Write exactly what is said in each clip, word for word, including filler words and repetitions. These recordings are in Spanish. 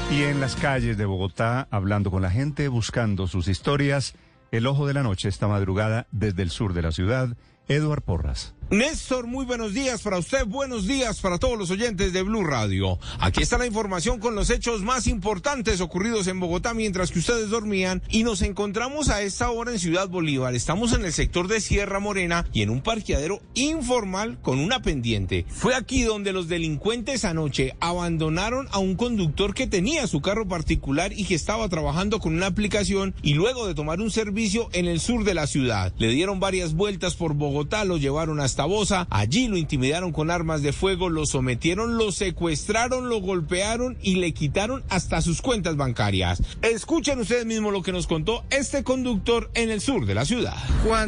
Y en las calles de Bogotá, hablando con la gente, buscando sus historias, el ojo de la noche esta madrugada desde el sur de la ciudad, Eduard Porras. Néstor, muy buenos días para usted, buenos días para todos los oyentes de Blue Radio. Aquí está la información con los hechos más importantes ocurridos en Bogotá mientras que ustedes dormían y nos encontramos a esta hora en Ciudad Bolívar. Estamos en el sector de Sierra Morena y en un parqueadero informal con una pendiente. Fue aquí donde los delincuentes anoche abandonaron a un conductor que tenía su carro particular y que estaba trabajando con una aplicación y luego de tomar un servicio en el sur de la ciudad. Le dieron varias vueltas por Bogotá, lo llevaron hasta Bosa, allí lo intimidaron con armas de fuego, lo sometieron, lo secuestraron, lo golpearon y le quitaron hasta sus cuentas bancarias. Escuchen ustedes mismos lo que nos contó este conductor en el sur de la ciudad.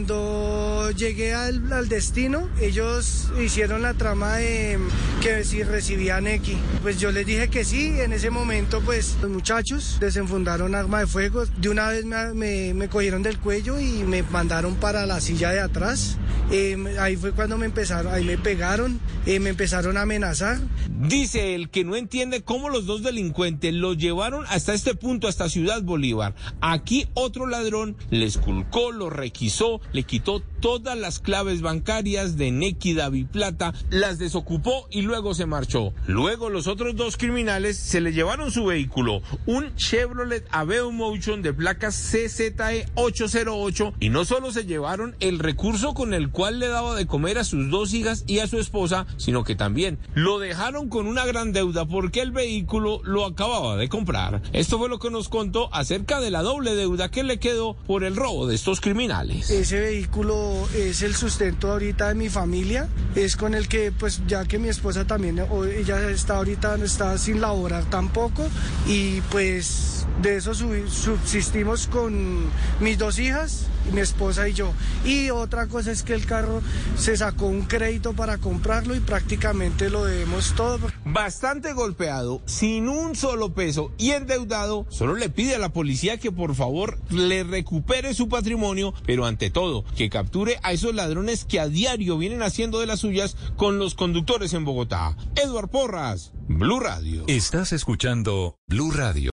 Cuando llegué al, al destino, ellos hicieron la trama de que si recibían X. Pues yo les dije que sí, en ese momento pues los muchachos desenfundaron arma de fuego, de una vez me, me, me cogieron del cuello y me mandaron para la silla de atrás. Eh, ahí fue cuando me empezaron, ahí me pegaron, eh, me empezaron a amenazar. Dice él que no entiende cómo los dos delincuentes lo llevaron hasta este punto, hasta Ciudad Bolívar. Aquí otro ladrón les esculcó, lo requisó, le quitó todas las claves bancarias de Nequi, Daviplata, las desocupó y luego se marchó. Luego los otros dos criminales se le llevaron su vehículo, un Chevrolet Aveo Motion de placa C Z E ocho cero ocho, y no solo se llevaron el recurso con el cual le daba de comer a sus dos hijas y a su esposa, sino que también lo dejaron con una gran deuda porque el vehículo lo acababa de comprar. Esto fue lo que nos contó acerca de la doble deuda que le quedó por el robo de estos criminales. Ese vehículo es el sustento ahorita de mi familia, es con el que pues ya que mi esposa también, ella está ahorita, está sin laborar tampoco y pues de eso subsistimos con mis dos hijas, mi esposa y yo. Y otra cosa es que el carro se sacó un crédito para comprarlo y prácticamente lo debemos todo. Bastante golpeado, sin un solo peso y endeudado, solo le pide a la policía que por favor le recupere su patrimonio, pero ante todo, que capture a esos ladrones que a diario vienen haciendo de las suyas con los conductores en Bogotá. Eduard Porras, Blue Radio. Estás escuchando Blue Radio.